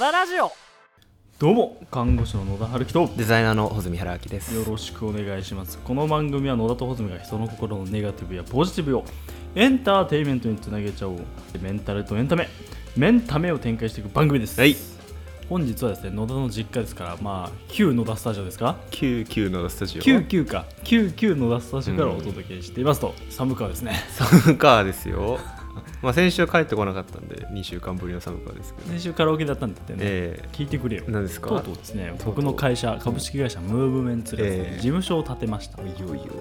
田ラジオ。どうも、看護師の野田春樹とデザイナーの穂積原明です。 よろしくお願いします。この番組は野田と穂積が人の心のネガティブやポジティブをエンターテインメントにつなげちゃおう、メンタルとエンタメ、メンタメを展開していく番組です。 はい。 本日はですね、野田の実家ですから、旧野田スタジオですか。 99のスタジオ。 99か、99野田スタジオからお届けしていますと、寒川ですね。 寒川ですよ。先週帰ってこなかったんで2週間ぶりの寒川ですけど、 先週カラオケだったんだってね、聞いてくれよ。 何ですか。 とうとうですね、僕の会社、株式会社ムーブメンツがですね、事務所を建てました。 いよいよ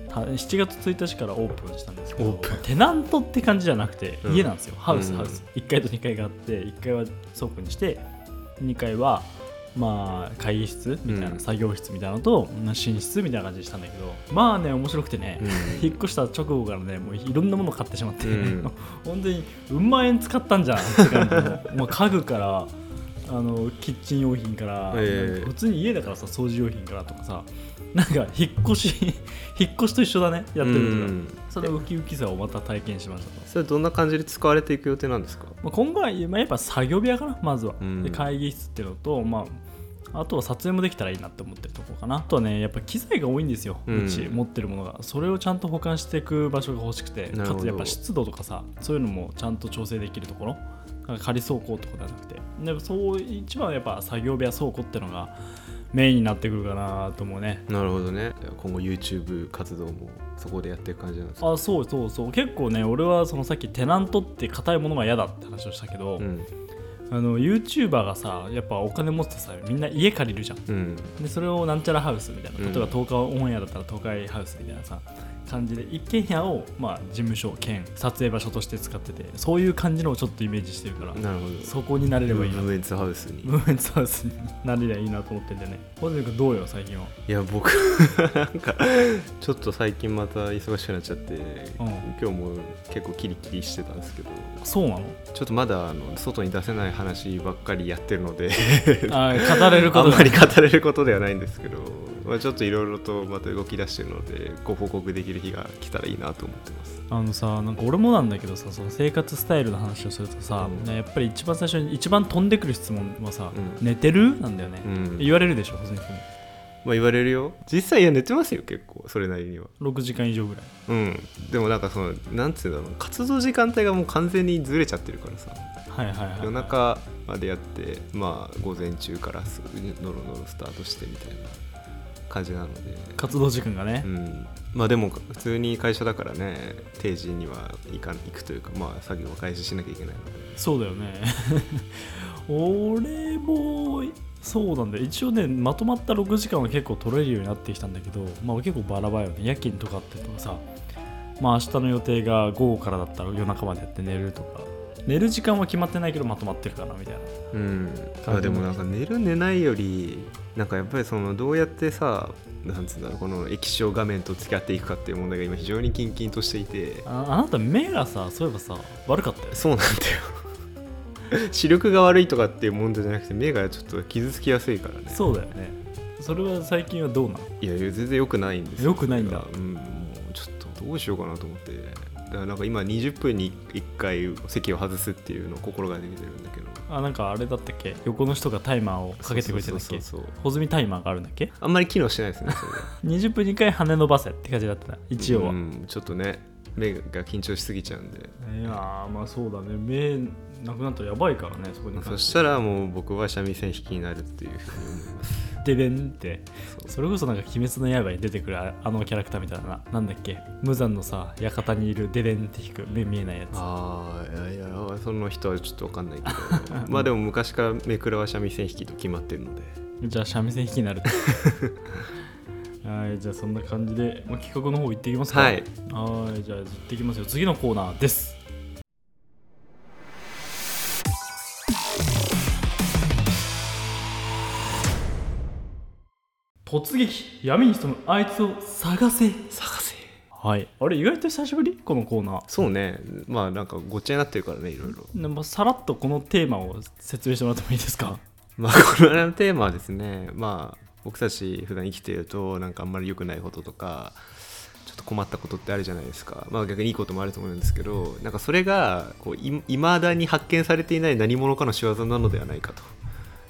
7月1日からオープンしたんですけど、テナントって感じじゃなくて家なんですよ、ハウス、1階と2階があって、1階は倉庫にして2階は会議室みたいな、作業室みたいなのと寝室みたいな感じでしたんだけど、面白くてね、引っ越した直後からね、もういろんなもの買ってしまって、本当にうん万円使ったんじゃんって感じの家具からキッチン用品から、普通に家だからさ、掃除用品からとかさ、なんか引っ越しと一緒だね、やってることが。それウキウキさをまた体験しましたと。 それどんな感じで使われていく予定なんですか。 今後はやっぱ作業部屋かな、まずは。で会議室っていうのと、あとは撮影もできたらいいなって思ってるところかな。あとはね、やっぱ機材が多いんですよ、うち持ってるものが。それをちゃんと保管していく場所が欲しくて、かつやっぱ湿度とかさ、そういうのもちゃんと調整できるところ、仮倉庫とかじゃなくて、でそう一番はやっぱ作業部屋倉庫っていうのがメインになってくるかなと思うね。 なるほどね。今後 YouTube 活動もそこでやっていく感じなんですか。 そう結構ね、俺はそのさっきテナントって硬いものが嫌だって話をしたけど、YouTuber がさ、やっぱお金持ってさ、みんな家借りるじゃん、でそれをなんちゃらハウスみたいな、例えば東海オンエアだったら東海ハウスみたいなさ感じで、一軒家を事務所兼撮影場所として使ってて、そういう感じのをちょっとイメージしてるから、 なるほど、 そこになれればいいな。 ムーブメンツハウスになれればいいなと思ってんでね。小泉君どうよ最近は。 いや僕なんかちょっと最近また忙しくなっちゃって、今日も結構キリキリしてたんですけど。 そうなの。 ちょっとまだ外に出せない話ばっかりやってるのであんまり語れることではないんですけど、ちょっといろいろとまた動き出してるので、ご報告できる日が来たらいいなと思ってます。 なんか俺もなんだけどさ、その生活スタイルの話をするとさ、やっぱり一番最初に一番飛んでくる質問はさ、寝てるなんだよね、言われるでしょ、細井君。 言われるよ。実際寝てますよ、結構それなりには。 6時間以上ぐらい。 でもなんかなんつうんだろう、活動時間帯がもう完全にずれちゃってるからさ、夜中までやって、午前中からすぐにノロノロスタートしてみたいな感じなので、 活動時間がね、 でも普通に会社だからね、定時には行くというか、作業は開始しなきゃいけないので。 そうだよね俺もそうなんだよ。一応ね、まとまった6時間は結構取れるようになってきたんだけど、結構バラバラよね。夜勤とかってとかさ、明日の予定が午後からだったら夜中までやって寝るとか、寝る時間は決まってないけどまとまってるかなみたいな。 でもなんか寝る寝ないより、なんかやっぱりどうやってさ、なんつうんだろう、この液晶画面と付き合っていくかっていう問題が今非常にキンキンとしていて。 あなた目がさ、そういえばさ悪かったよ。 そうなんだよ視力が悪いとかっていう問題じゃなくて、目がちょっと傷つきやすいからね。 そうだよね。それは最近はどうなの。 いや全然良くないんですよ。 良くないんだ。 もうちょっとどうしようかなと思って。だからなんか今20分に1回席を外すっていうのを心がけてるんだけど。 なんかあれだったっけ、横の人がタイマーをかけてくれてるんだっけ。穂積タイマーがあるんだっけ。 あんまり機能してないですねそれ 20分に1回羽伸ばせって感じだったな、一応は。 ちょっとね、目が緊張しすぎちゃうんで。 いやそうだね、目なくなったらやばいからね、そこに。 そしたらもう僕は三味線弾きになるっていうふうに思いますででんって、それこそなんか鬼滅の刃に出てくるあのキャラクターみたいな、なんだっけ、無惨のさ館にいるででんって弾く目見えないやつ。 いやその人はちょっと分かんないけどでも昔から目くらは三味線弾きと決まってるので、 じゃあ三味線弾きになるはい、じゃあそんな感じで、企画の方行っていきますか。はい、じゃあ行っていきますよ。次のコーナーです。突撃、闇に潜むあいつを探せ。はい、あれ意外と久しぶりこのコーナー。 そうね、なんかごっちゃになってるからね、いろいろ。 さらっとこのテーマを説明してもらってもいいですか。 このテーマはですね、僕たち普段生きているとなんかあんまり良くないこととかちょっと困ったことってあるじゃないですか。逆にいいこともあると思うんですけど、なんかそれがこう未だに発見されていない何者かの仕業なのではないかと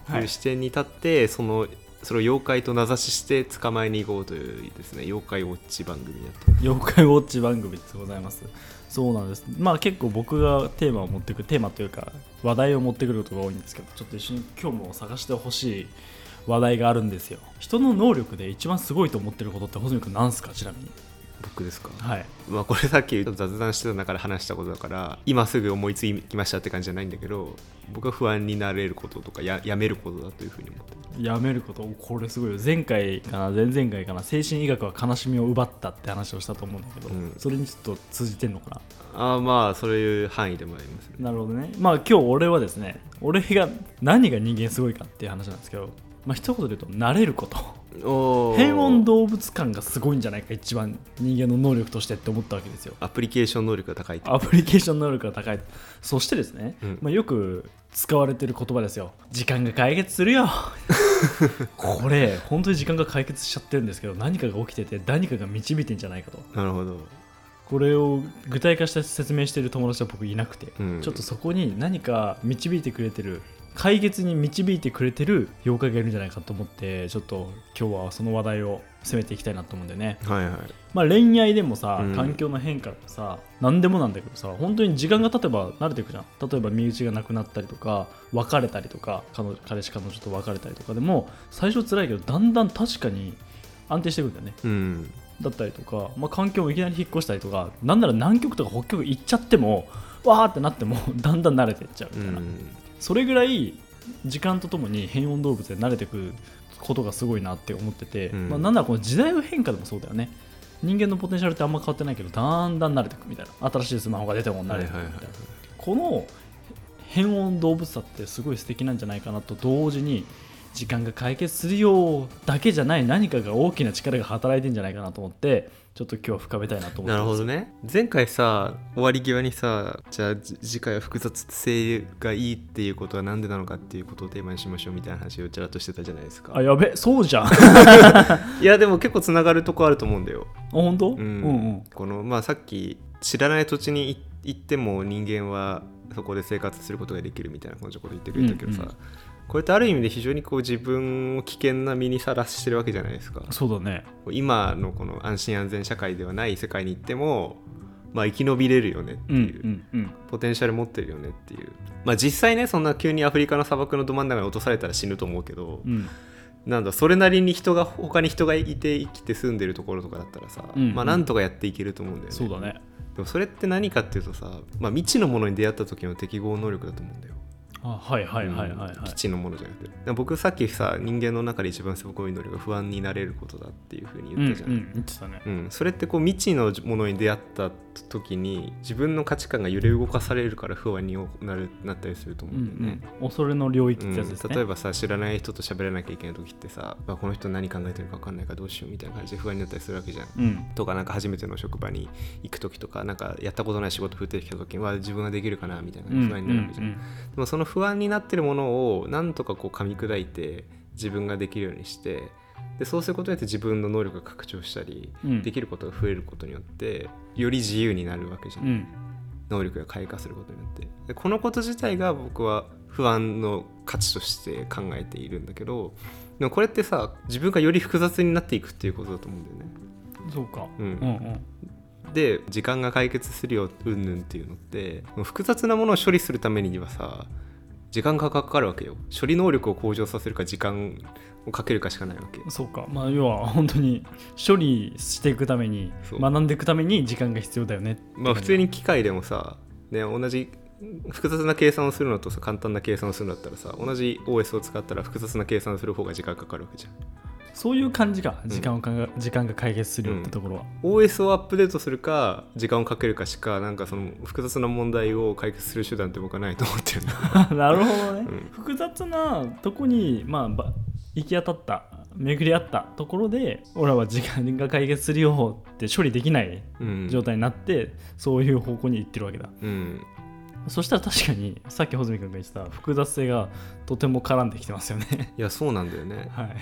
という視点に立って、それを妖怪と名指しして捕まえに行こうというですね、妖怪ウォッチ番組になってます。 妖怪ウォッチ番組でございます。そうなんです。まあ結構僕がテーマというか話題を持ってくることが多いんですけど、ちょっと一緒に今日も探してほしい話題があるんですよ。人の能力で一番すごいと思ってることって穂積君何すか？ちなみに。 僕ですか？ はい。 まあこれさっき雑談してた中で話したことだから今すぐ思いつきましたって感じじゃないんだけど、僕は不安になれることとか やめることだというふうに思ってる。 やめること、これすごいよ。前々回かな、精神医学は悲しみを奪ったって話をしたと思うんだけど、それにちょっと通じてんのかな。まあそういう範囲でもありますね。 なるほどね。まあ今日俺はですね、俺が何が人間すごいかっていう話なんですけど、まあ一言で言うと慣れること。変温動物感がすごいんじゃないか、一番人間の能力としてって思ったわけですよ。 アプリケーション能力が高い。 アプリケーション能力が高い。そしてですね、まあ、よく使われてる言葉ですよ。時間が解決するよこれ本当に時間が解決しちゃってるんですけど、何かが起きてて何かが導いてんじゃないかと。 なるほど。 これを具体化して説明している友達は僕いなくて、ちょっとそこに何か導いてくれてる、解決に導いてくれてる妖怪がいるんじゃないかと思って、ちょっと今日はその話題を攻めていきたいなと思うんだよね。 はいはい。 まあ恋愛でもさ、環境の変化とかさ、何でもなんだけどさ、本当に時間が経てば慣れていくじゃん。例えば身内がなくなったりとか、別れたりとか、彼氏彼女と別れたりとかでも最初辛いけどだんだん確かに安定してくるんだよね。だったりとか、まあ、環境もいきなり引っ越したりとか、なんなら南極とか北極行っちゃってもわーってなってもだんだん慣れていっちゃうみたいな、それぐらい時間とともに変温動物で慣れていくことがすごいなって思ってて、まあ、なんならこの時代の変化でもそうだよね。人間のポテンシャルってあんま変わってないけど、だんだん慣れていくみたいな、新しいスマホが出ても慣れていくみたいな、この変温動物さってすごい素敵なんじゃないかなと同時に、時間が解決するよだけじゃない何かが大きな力が働いてんじゃないかなと思って、ちょっと今日は深めたいなと思ってます。 なるほどね。前回さ、終わり際にさ、じゃあ次回は複雑性がいいっていうことはなんでなのかっていうことをテーマにしましょうみたいな話をちらっとしてたじゃないですか。 あ、やべ、そうじゃんいやでも結構つながるとこあると思うんだよ。 あ、本当？ このまあさっき知らない土地に行っても人間はそこで生活することができるみたいなこと言ってくれたけどさ、これってある意味で非常にこう自分を危険な身にさらしてるわけじゃないですか。 そうだね。 今のこの安心安全社会ではない世界に行っても、まあ、生き延びれるよねっていう、ポテンシャル持ってるよねっていう、まあ、実際ね、そんな急にアフリカの砂漠のど真ん中に落とされたら死ぬと思うけど、なんだ、それなりに他に人がいて生きて住んでるところとかだったらさ、まあ、なんとかやっていけると思うんだよね。 そうだね。 でもそれって何かっていうとさ、まあ、未知のものに出会った時の適合能力だと思うんだよ。基地のものじゃなくて、僕さっきさ、人間の中で一番すごい能力が不安になれることだっていうふうに言ったじゃん。 言ってたね。 それってこう未知のものに出会った時に自分の価値観が揺れ動かされるから不安になったりすると思うんだよね。 恐れの領域ってやつですね。 例えばさ、知らない人と喋らなきゃいけない時ってさ、この人何考えてるか分かんないからどうしようみたいな感じで不安になったりするわけじゃん。とか、なんか初めての職場に行く時とか、なんかやったことない仕事降ってきた時には自分ができるかなみたいな不安になるわけじゃん。でもその不安になってるものをなんとかこう噛み砕いて自分ができるようにして、でそうすることによって自分の能力が拡張したり、できることが増えることによってより自由になるわけじゃん。能力が開花することによって、でこのこと自体が僕は不安の価値として考えているんだけど、でもこれってさ、自分がより複雑になっていくっていうことだと思うんだよね。 そうか。 で時間が解決するようんぬんっていうのって、複雑なものを処理するためにはさ、時間がかかるわけよ。処理能力を向上させるか時間をかけるかしかないわけ。 そうか。まあ要は本当に処理していくために、学んでいくために時間が必要だよね。 まあ普通に機械でもさ、ね、同じ複雑な計算をするのとさ、簡単な計算をするんだったらさ、同じ OS を使ったら複雑な計算をする方が時間かかるわけじゃん。 そういう感じか。時間が解決するよってところは、 OS をアップデートするか時間をかけるかしか、なんかその複雑な問題を解決する手段って僕はないと思ってるなるほどね、複雑なとこに、まあ、行き当たった巡り合ったところで、俺は時間が解決するよって処理できない状態になって、そういう方向に行ってるわけだ。そしたら確かにさっき穂積君が言ってた複雑性がとても絡んできてますよね。 いや、そうなんだよね。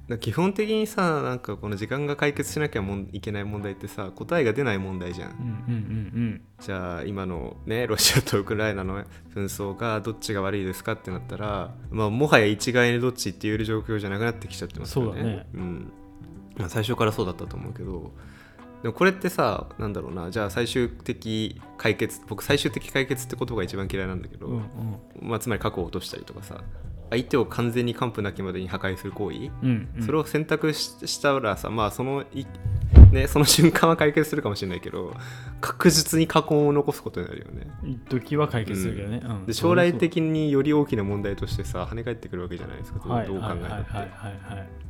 基本的にさ、なんかこの時間が解決しなきゃいけない問題ってさ、答えが出ない問題じゃん。じゃあ今のね、ロシアとウクライナの紛争がどっちが悪いですかってなったら、まあ、もはや一概にどっちって言える状況じゃなくなってきちゃってますよね。 そうだね、 まあ、最初からそうだったと思うけど、でもこれってさ、なんだろうな、じゃあ最終的解決、僕最終的解決って言葉が一番嫌いなんだけど、まあ、つまり核を落としたりとかさ、相手を完全に完膚なきまでに破壊する行為、それを選択したらさ、まあその瞬間は解決するかもしれないけど、確実に禍根を残すことになるよね。 一時は解決するけどね、 で将来的により大きな問題としてさ、跳ね返ってくるわけじゃないですか、どう考えたって。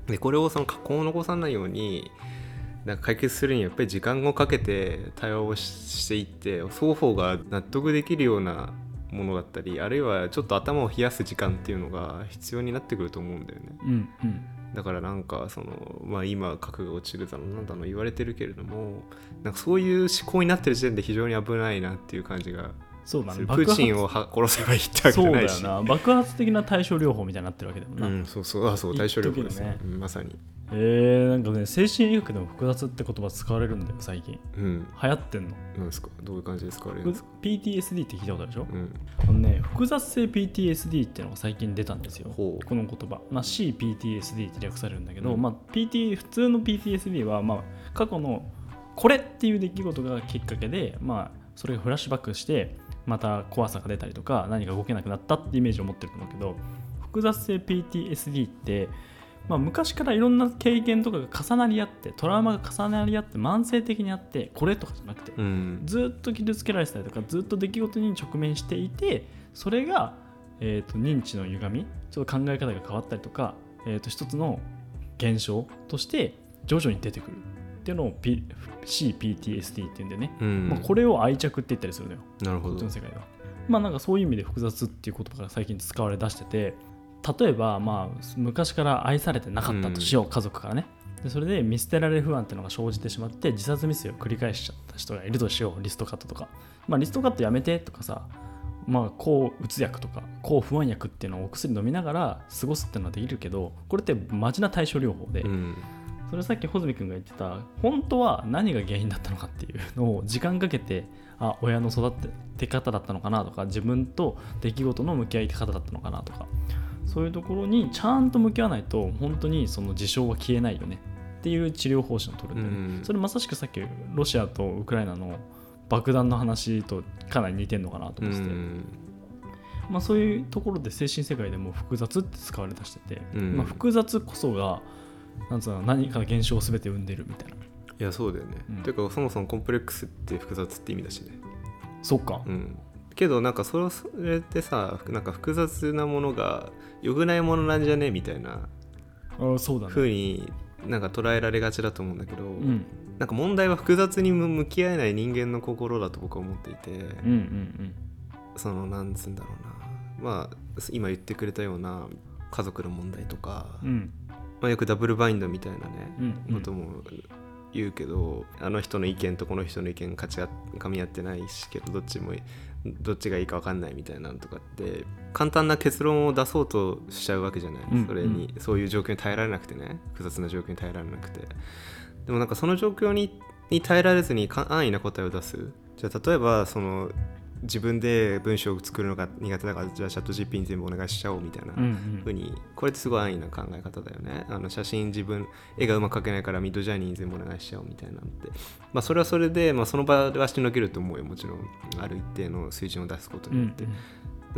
でこれをその禍根を残さないようになんか解決するにはやっぱり時間をかけて対話をしていって、双方が納得できるようなものだったり、あるいはちょっと頭を冷やす時間っていうのが必要になってくると思うんだよね。だからなんかその、まあ、今核が落ちるだのなんだの言われてるけれども、なんかそういう思考になってる時点で非常に危ないなっていう感じが。そうだね、プーチンを殺せばいいってわけじゃないし。 そうだよな、爆発的な対処療法みたいになってるわけだもんな。 そう対処療法ですね、まさに。 なんかね、精神医学でも複雑って言葉使われるんだよ最近。流行ってんの。 なんですか、どういう感じで使われるんですか。 PTSD って聞いたことあるでしょ。複雑性 PTSD っていうのが最近出たんですよ、この言葉。まあ、CPTSD って略されるんだけど、まあ、普通の PTSD は、まあ、過去のこれっていう出来事がきっかけで、まあ、それがフラッシュバックしてまた怖さが出たりとか、何か動けなくなったってイメージを持ってると思うけど、複雑性 PTSD って、まあ、昔からいろんな経験とかが重なり合って、トラウマが重なり合って慢性的にあって、これとかじゃなくて、ずっと傷つけられてたりとか、ずっと出来事に直面していて、それが、認知の歪み、ちょっと考え方が変わったりとか、一つの現象として徐々に出てくるっていうのを、CPTSD っていうんでね、まあ、これを愛着って言ったりするのよ。 なるほど。 こっちの世界では。まあなんかそういう意味で複雑っていう言葉が最近使われ出してて、例えばまあ昔から愛されてなかったとしよう、家族からね。でそれで見捨てられる不安っていうのが生じてしまって自殺未遂を繰り返しちゃった人がいるとしよう、リストカットとか。まあリストカットやめてとかさ、まあ抗うつ薬とか抗不安薬っていうのをお薬飲みながら過ごすっていうのはできるけど、これってマジな対処療法で、それさっき穂積君が言ってた本当は何が原因だったのかっていうのを時間かけて、親の育て方だったのかなとか、自分と出来事の向き合い方だったのかなとか、そういうところにちゃんと向き合わないと本当にその事象は消えないよねっていう治療方針を取るんだよね。それまさしくさっきロシアとウクライナの爆弾の話とかなり似てるのかなと思ってて、まあ、そういうところで精神世界でも複雑って使われ出してて、まあ、複雑こそが何かの現象を全て生んでるみたいな。いやそうだよね、ていうかそもそもコンプレックスって複雑って意味だしね。 そっか、 けどなんかそれってさ、なんか複雑なものが良くないものなんじゃねみたいな風になんか捉えられがちだと思うんだけど、なんか問題は複雑に向き合えない人間の心だと僕は思っていて、そのなんつうんだろうな、まあ今言ってくれたような家族の問題とか、まあ、よくダブルバインドみたいなね、ことも言うけど、あの人の意見とこの人の意見噛み合ってないしけど、どっちがいいか分かんないみたいなのとかって簡単な結論を出そうとしちゃうわけじゃない、そういう状況に耐えられなくてね、複雑な状況に耐えられなくて、でもなんかその状況に耐えられずに安易な答えを出す。じゃあ例えばその自分で文章を作るのが苦手だから、じゃあチャット GP に全部お願いしちゃおうみたいな風に、これってすごい安易な考え方だよね。写真絵がうまく描けないからミッドジャーニーに全部お願いしちゃおうみたいなのって、まあそれはそれで、まあ、その場ではしのげると思うよ、もちろんある一定の水準を出すことによって、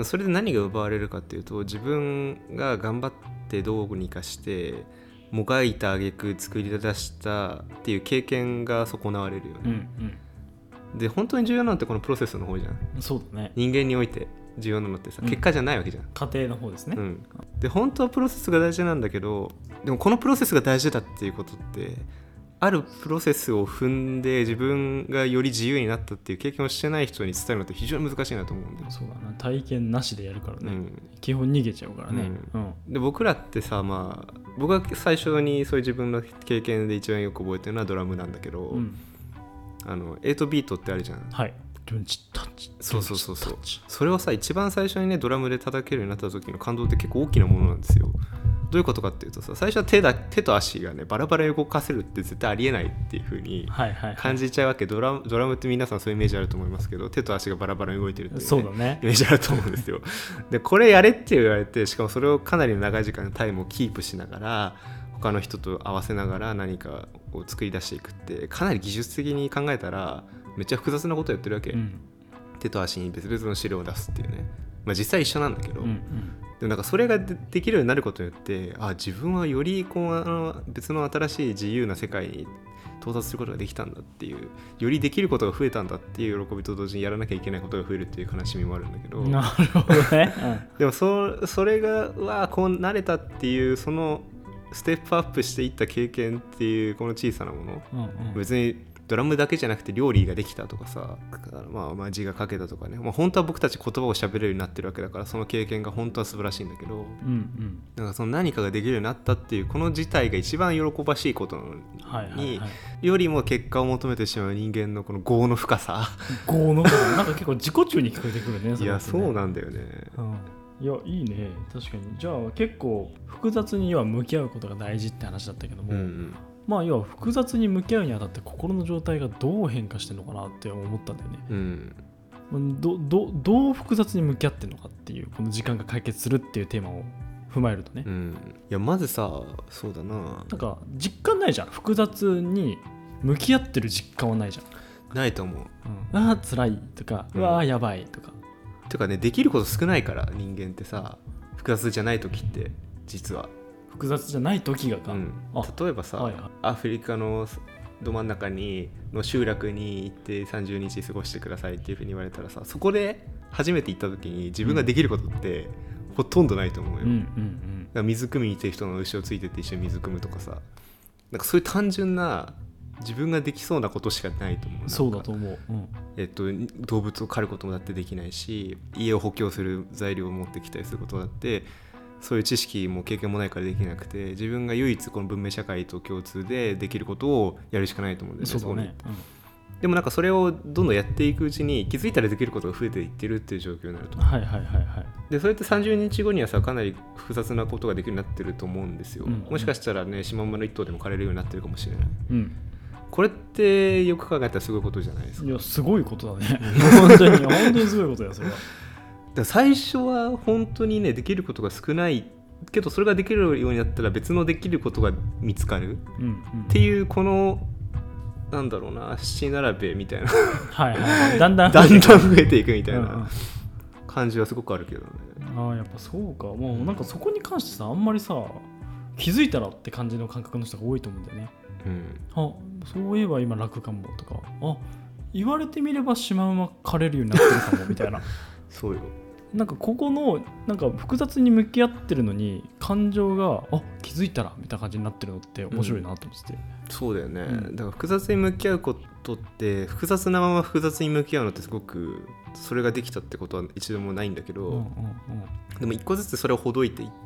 それで何が奪われるかっていうと、自分が頑張ってどうにかしてもがいた挙句作り出したっていう経験が損なわれるよね。で本当に重要なのってこのプロセスの方じゃん。 そうだね。 人間において重要なのってさ、結果じゃないわけじゃん。 過程の方ですね。 で本当はプロセスが大事なんだけど、でもこのプロセスが大事だっていうことって、あるプロセスを踏んで自分がより自由になったっていう経験をしてない人に伝えるのって非常に難しいなと思うんだよ。 そうだな、体験なしでやるからね、基本逃げちゃうからね。 で僕らってさ、まあ僕が最初にそういう自分の経験で一番よく覚えてるのはドラムなんだけど、8ビートってあるじゃん。はい。そう。それをさ、一番最初にねドラムで叩けるようになった時の感動って結構大きなものなんですよ。 どういうことかっていうとさ、最初は手と足がねバラバラに動かせるって絶対ありえないっていう風に感じちゃうわけ、ドラムって皆さんそういうイメージあると思いますけど、手と足がバラバラに動いてるっていう、ね、 そうだね、 イメージあると思うんですよでこれやれって言われて、しかもそれをかなり長い時間のタイムをキープしながら他の人と合わせながら何かを作り出していくって、かなり技術的に考えたらめっちゃ複雑なことをやってるわけ、手と足に別々の資料を出すっていうね、実際一緒なんだけど、でもなんかそれができるようになることによって、自分はより別の新しい自由な世界に到達することができたんだっていう、よりできることが増えたんだっていう喜びと同時にやらなきゃいけないことが増えるっていう悲しみもあるんだけど、 なるほどね、 でもそれがこう慣れたっていう、そのステップアップしていった経験っていうこの小さなもの、別にドラムだけじゃなくて料理ができたとかさ、字が書けたとかね、本当は僕たち言葉を喋れるようになってるわけだから、その経験が本当は素晴らしいんだけど、なんかその何かができるようになったっていうこの自体が一番喜ばしいことなのに、よりも結果を求めてしまう人間のこの業の深さなんか結構自己中に聞こえてくるね。 いやそうなんだよね、 いやいいね、確かに。じゃあ結構複雑に向き合うことが大事って話だったけども、要は複雑に向き合うにあたって心の状態がどう変化してるのかなって思ったんだよね、どう複雑に向き合ってるのかっていう、この時間が解決するっていうテーマを踏まえるとね、 いやまずさ、そうだな、 なんか実感ないじゃん、複雑に向き合ってる実感はないじゃん。 ないと思う、 辛いとか、うわやばいとか、 てかね、できること少ないから、人間ってさ、複雑じゃない時って実は複雑じゃない時が例えばさ、アフリカのど真ん中の集落に行って30日過ごしてくださいっていうふうに言われたらさ、そこで初めて行った時に自分ができることってほとんどないと思うよ、だから水汲みに行ってる人の後ろついてって一緒に水汲むとかさ、なんかそういう単純な自分ができそうなことしかないと思う。 そうだと思う、 動物を狩ることもだってできないし、家を補強する材料を持ってきたりすることだってそういう知識も経験もないからできなくて、自分が唯一この文明社会と共通でできることをやるしかないと思うんですね。そうだね、でもなんかそれをどんどんやっていくうちに気づいたらできることが増えていってるっていう状況になると、でそれって30日後にはさ、かなり複雑なことができるようになってると思うんですよ、もしかしたらね、島村一頭でも狩れるようになってるかもしれない、これってよく考えたらすごいことじゃないですか。 いやすごいことだね本当にすごいことだよそれは。 最初は本当にね、できることが少ないけど、それができるようになったら別のできることが見つかるっていう、このなんだろうな、七並べみたいなだんだん増えていくみたいな感じはすごくあるけどね。 やっぱそうか。もうなんかそこに関してさ、あんまりさ気づいたらって感じの感覚の人が多いと思うんだよね、そういえば今楽かもとか、言われてみればシマウマ狩れるようになってるかもみたいなそうよ、 なんかここのなんか複雑に向き合ってるのに感情が気づいたらみたいな感じになってるのって面白いなと思ってて、 そうだよね、だから複雑に向き合うことって、複雑なまま複雑に向き合うのってすごく、それができたってことは一度もないんだけど、でも一個ずつそれをほどいていって、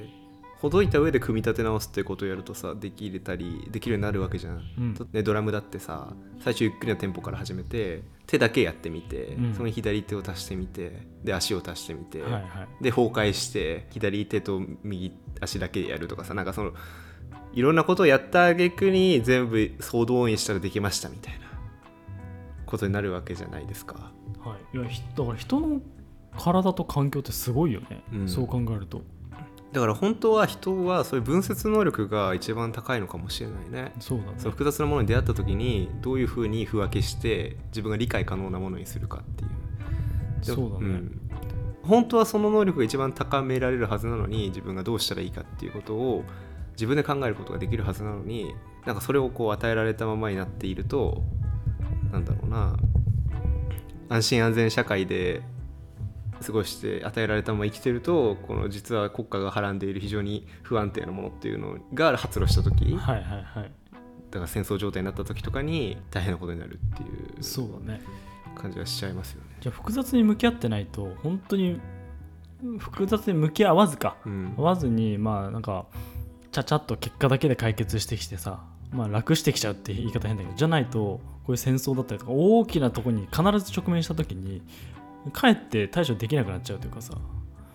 ほどいた上で組み立て直すってことをやるとさ、できるようになるわけじゃん、ドラムだってさ、最初ゆっくりなテンポから始めて手だけやってみて、その左手を足してみて、で足を足してみて、で崩壊して左手と右足だけでやるとかさ、なんかそのいろんなことをやった挙句に全部総動員したらできましたみたいなことになるわけじゃないですか。 いやだから人の体と環境ってすごいよね、そう考えると。 だから本当は人はそういう分析能力が一番高いのかもしれないね。 そうだね。 そう複雑なものに出会った時にどういうふうに区分けして自分が理解可能なものにするかっていう。 そうだね、 本当はその能力が一番高められるはずなのに、自分がどうしたらいいかっていうことを自分で考えることができるはずなのに、なんかそれをこう与えられたままになっていると、なんだろうな、安心安全社会で過ごして与えられたまま生きてると、この実は国家がはらんでいる非常に不安定なものっていうのが発露した時、だから戦争状態になった時とかに大変なことになるっていう感じがしちゃいますよね。 じゃあ複雑に向き合ってないと、本当に複雑に向き合わず合わずに、なんかちゃちゃっと結果だけで解決してきてさ、楽してきちゃうって言い方変だけど、じゃないとこういう戦争だったりとか大きなところに必ず直面した時にかえって対処できなくなっちゃうというかさ、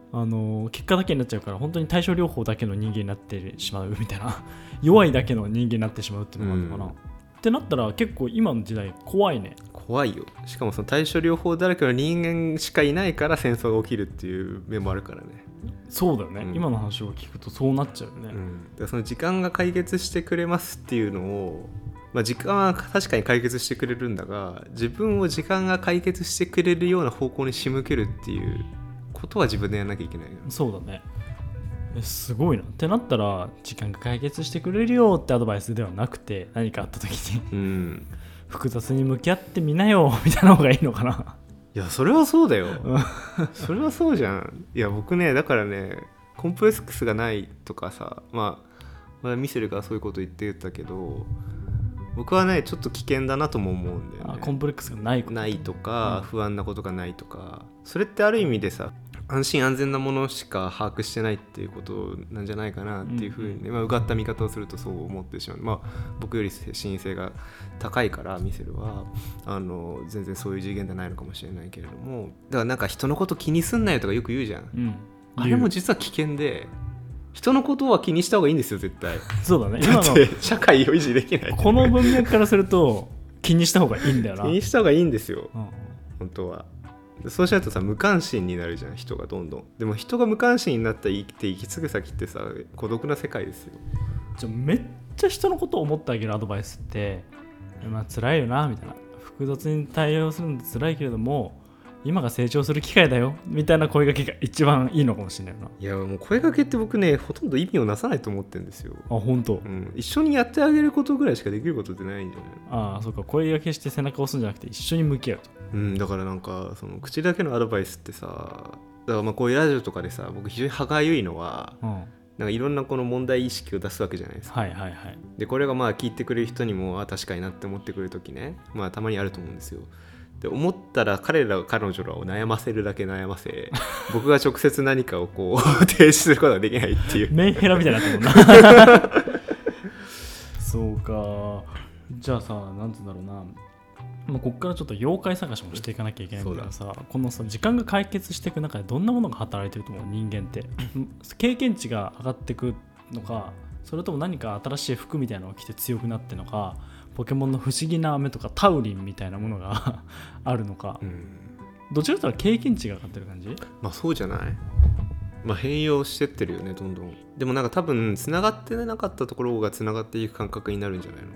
結果だけになっちゃうから本当に対症療法だけの人間になってしまうみたいな弱いだけの人間になってしまうっていうのがあるのかな、ってなったら結構今の時代怖いね。 怖いよ。しかもその対処療法だらけの人間しかいないから戦争が起きるっていう面もあるからね。 そうだよね、今の話を聞くとそうなっちゃうよね、 だからその時間が解決してくれますっていうのを、時間は確かに解決してくれるんだが、自分を時間が解決してくれるような方向に仕向けるっていうことは自分でやらなきゃいけないよ。 そうだね。すごいなってなったら、時間が解決してくれるよってアドバイスではなくて、何かあった時に、複雑に向き合ってみなよみたいな方がいいのかな。 いや、それはそうだよそれはそうじゃん。いや、僕ね、だからね、コンプレックスがないとかさ、ミセルがそういうこと言ってたけど、僕はねちょっと危険だなとも思うんだよね。 コンプレックスがないとか、不安なことがないとか、それってある意味でさ、安心安全なものしか把握してないっていうことなんじゃないかなっていうふうに、うがった見方をするとそう思ってしまう。僕より心因性が高いからミセルは全然そういう次元じゃないのかもしれないけれども、だからなんか人のこと気にすんなよとかよく言うじゃん、あれも実は危険で、人のことは気にした方がいいんですよ絶対。 そうだね。 だって社会を維持できない。 この文脈からすると気にした方がいいんだよな。 気にした方がいいんですよ、本当は。そうしないとさ、無関心になるじゃん、人がどんどん。でも人が無関心になったら生き継ぐ先ってさ、孤独な世界ですよ。 めっちゃ人のことを思ってあげるアドバイスって、辛いよなみたいな、複雑に対応するのって辛いけれども今が成長する機会だよみたいな声掛けが一番いいのかもしれないな。 いや、もう声掛けって僕ね、ほとんど意味をなさないと思ってるんですよ。 本当、 一緒にやってあげることぐらいしかできることってないんじゃない？ そうか、声掛けして背中を押すんじゃなくて一緒に向き合うと。 だからなんかその口だけのアドバイスってさ、だからこういうラジオとかでさ、僕非常に歯がゆいのは、なんかいろんなこの問題意識を出すわけじゃないですか。でこれが聞いてくれる人にも確かになって思ってくれる時ね、たまにあると思うんですよ。で思ったら彼女らを悩ませるだけ悩ませ僕が直接何かをこう提示することができないっていうメンヘラみたいになってるもんなそうか。じゃあさ、なんつうんだろうな、ここからちょっと妖怪探しもしていかなきゃいけないんだからさ、このさ時間が解決していく中でどんなものが働いてると思う？人間って経験値が上がっていくのか、それとも何か新しい服みたいなのを着て強くなってるのか、ポケモンの不思議な飴とかタウリンみたいなものがあるのか、どちらかというと経験値が上がってる感じ？ そうじゃない？変容してってるよね、どんどん。でもなんか多分つながってなかったところがつながっていく感覚になるんじゃないの？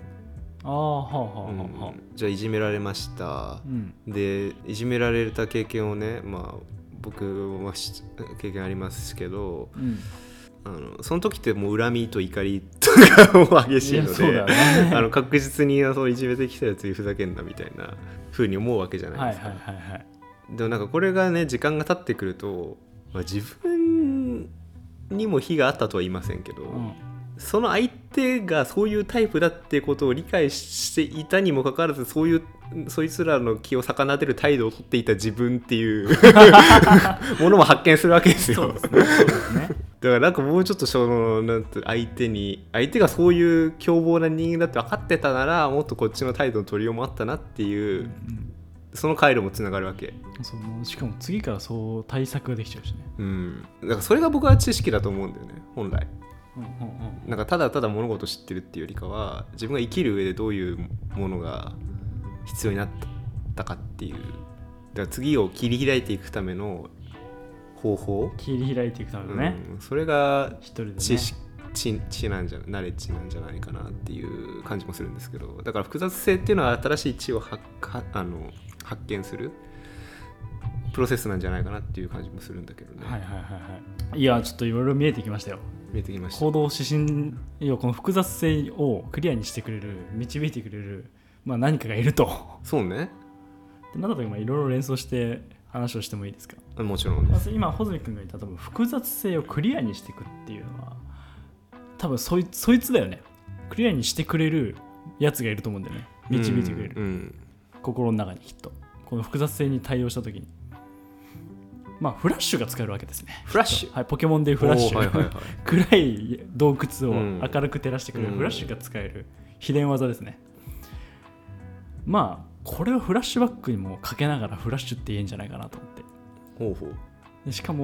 じゃあいじめられました、でいじめられた経験をね、僕は経験ありますけど、その時ってもう恨みと怒りとかも激しいので、確実にそのいじめてきたやつにふざけんなみたいな風に思うわけじゃないですか。でもなんかこれがね、時間が経ってくると、自分にも非があったとは言いませんけど、その相手がそういうタイプだってことを理解していたにもかかわらず、そいつらの気を逆なでる態度をとっていた自分っていうものも発見するわけですよ。そうですね。だからなんかもうちょっと相手がそういう凶暴な人間だって分かってたなら、もっとこっちの態度の取りようもあったなっていう、その回路もつながるわけ。 しかも次からそう対策ができちゃうしね。 だからそれが僕は知識だと思うんだよね、本来。なんかただただ物事を知ってるっていうよりかは、自分が生きる上でどういうものが必要になったかっていう、だから次を切り開いていくための方法、 切り開いていくためのね、 それが知識、 ナレッジなんじゃないかなっていう感じもするんですけど、だから複雑性っていうのは新しい知を発見するプロセスなんじゃないかなっていう感じもするんだけどね。 いや、ちょっといろいろ見えてきましたよ。行動指針、この複雑性をクリアにしてくれる、導いてくれる、何かがいると。 そうね。 なんだと今いろいろ連想して話をしてもいいですか？ もちろんです。 今穂積君が言った多分複雑性をクリアにしていくっていうのは、多分そいつだよね。クリアにしてくれるやつがいると思うんだよね。導いてくれる、心の中にきっとこの複雑性に対応した時に、フラッシュが使えるわけですね。 フラッシュ、 ポケモンでフラッシュ、暗い洞窟を明るく照らしてくれるフラッシュが使える秘伝技ですね。これをフラッシュバックにもかけながらフラッシュって言えんじゃないかなと思って。でしかも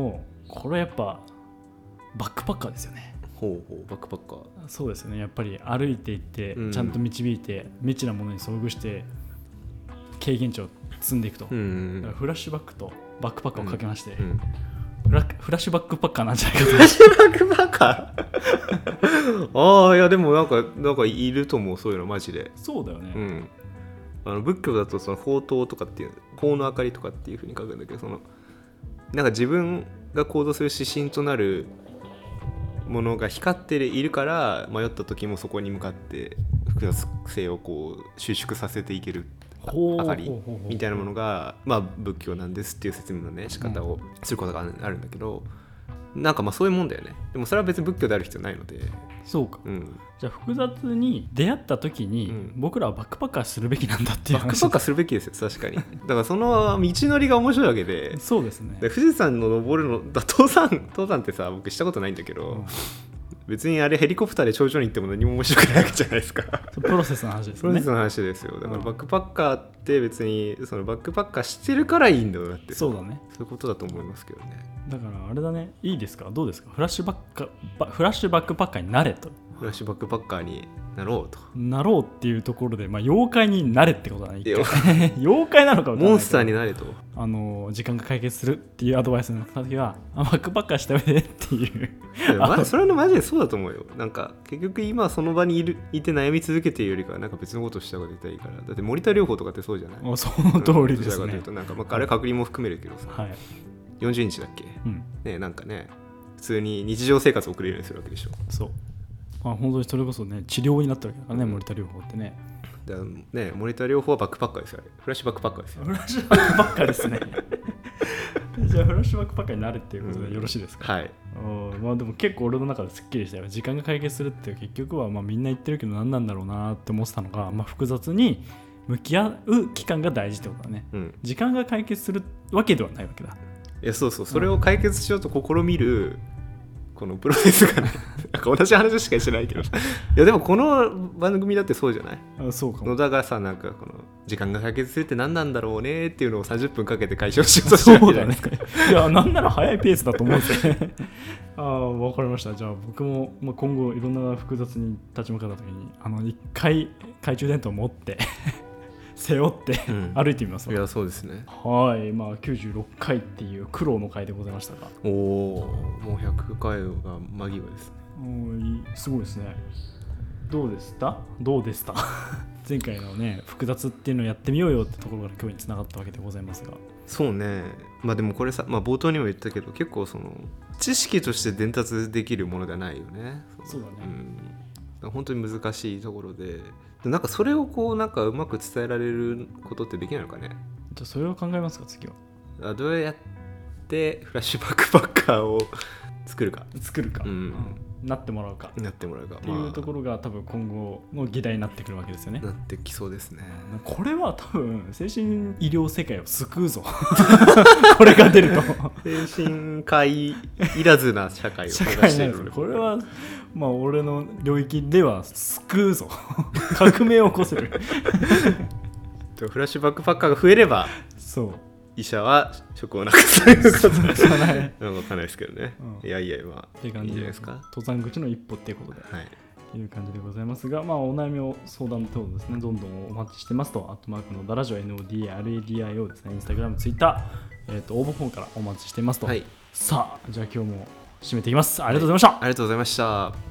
これやっぱバックパッカーですよね。 ほうほう、バックパッカー。 そうですよね。やっぱり歩いていって、ちゃんと導いて未知なものに遭遇して経験値を積んでいくと、だからフラッシュバックとバックパッカーをかけまして、フラッシュバックパッカーなんじゃないかと。 フラッシュバックパッカーああ、いやでもなんかいると思う、そういうのマジで。 そうだよね、 仏教だとその法灯とかっていう法の明かりとかっていう風に書くんだけど、そのなんか自分が行動する指針となるものが光っているから、迷った時もそこに向かって複雑性をこう収縮させていける明かりみたいなものが、まあ、仏教なんですっていう説明のね仕方をすることがあるんだけど、なんかまあそういうもんだよね。でもそれは別に仏教である必要ないので。 そうか、じゃあ複雑に出会った時に、僕らはバックパッカーするべきなんだっていう話。 バックパッカーするべきですよ、確かに。だからその道のりが面白いわけで。 そうですね。 で富士山の登るの登山ってさ、僕したことないんだけど、別にあれヘリコプターで頂上に行っても何も面白くないわけじゃないですか。 プロセスの話ですね。 プロセスの話ですよ。だからバックパッカーって別にそのバックパッカーしてるからいいんだよだって。 そうだね。 そういうことだと思いますけどね。 だからあれだね、いいですか、どうですか、フラッシュバックパッカーになれと。 フラッシュバックパッカーになろうと。 なろうっていうところで、まあ、妖怪になれってことだね。妖怪なのかも。 モンスターになれと。 時間が解決するっていうアドバイスの時は、バックパッカーした上でっていう。 それはマジでそうだと思うよ。なんか結局今その場にいて悩み続けているよりかは、なんか別のことをした方が絶対いいから。だってモニター療法とかってそうじゃない。 その通りですね。 なんかあれ隔離も含めるけどさ、40日だっけ、ね、なんかね、普通に日常生活を送れるようにするわけでしょ。 そう。本当にそれこそね、治療になったわけだからね、モニター療法ってね。 だね、モニター療法はバックパッカーですよ。フラッシュバックパッカーですよ。 フラッシュバックパッカーですね。じゃあフラッシュバックパッカーになるっていうことでよろしいですか。 はい。 まあでも結構俺の中ですっきりしたよ。時間が解決するって結局はまあみんな言ってるけど何なんだろうなって思ってたのが、まあ、複雑に向き合う期間が大事ってことだね、時間が解決するわけではないわけだ。 いや、そうそう、それを解決しようと試みるこのプロセスがね、なんか同じ話しかしてないけどいやでもこの番組だってそうじゃない。 そうかも。 野田がさ、なんかこの時間が解決するって何なんだろうねっていうのを30分かけて解消しようとしてるじゃないですか。 いや、なんなら早いペースだと思うんですよね。わかりました。じゃあ僕も、今後いろんな複雑に立ち向かった時に一回懐中電灯を持って背負って歩いてみます、 いや、そうですね。 はい、まあ96回っていう苦労の回でございましたが、 おお、もう100回が間際ですね。 すごいですね。どうでした前回のね、複雑っていうのをやってみようよってところから今日につながったわけでございますが。 そうね。まあでもこれさ、冒頭にも言ったけど、結構その知識として伝達できるものではないよね。 そうだね、 本当に難しいところで、なんかそれをこうなんかうまく伝えられることってできないのかね。 じゃあそれを考えますか、次は。 どうやってフラッシュバックパッカーを作るか、なってもらうかっていうところが多分今後の議題になってくるわけですよね。 なってきそうですね。 これは多分精神医療世界を救うぞこれが出ると精神科医いらずな社会を探している。 これはまあ俺の領域では救うぞ革命を起こせるフラッシュバックパッカーが増えれば、 そう医者は職をなくすということなんか分かんないですけどね、いやまあいいんじゃないですか。 登山口の一歩っていうことで、いう感じでございますが、お悩みを相談等ですね、どんどんお待ちしてますと、@のダラジオ NODARADIO ですね、インスタグラム、ツイッター、応募フォームからお待ちしてますと。さあ、じゃあ今日も締めていきます。ありがとうございました。 ありがとうございました。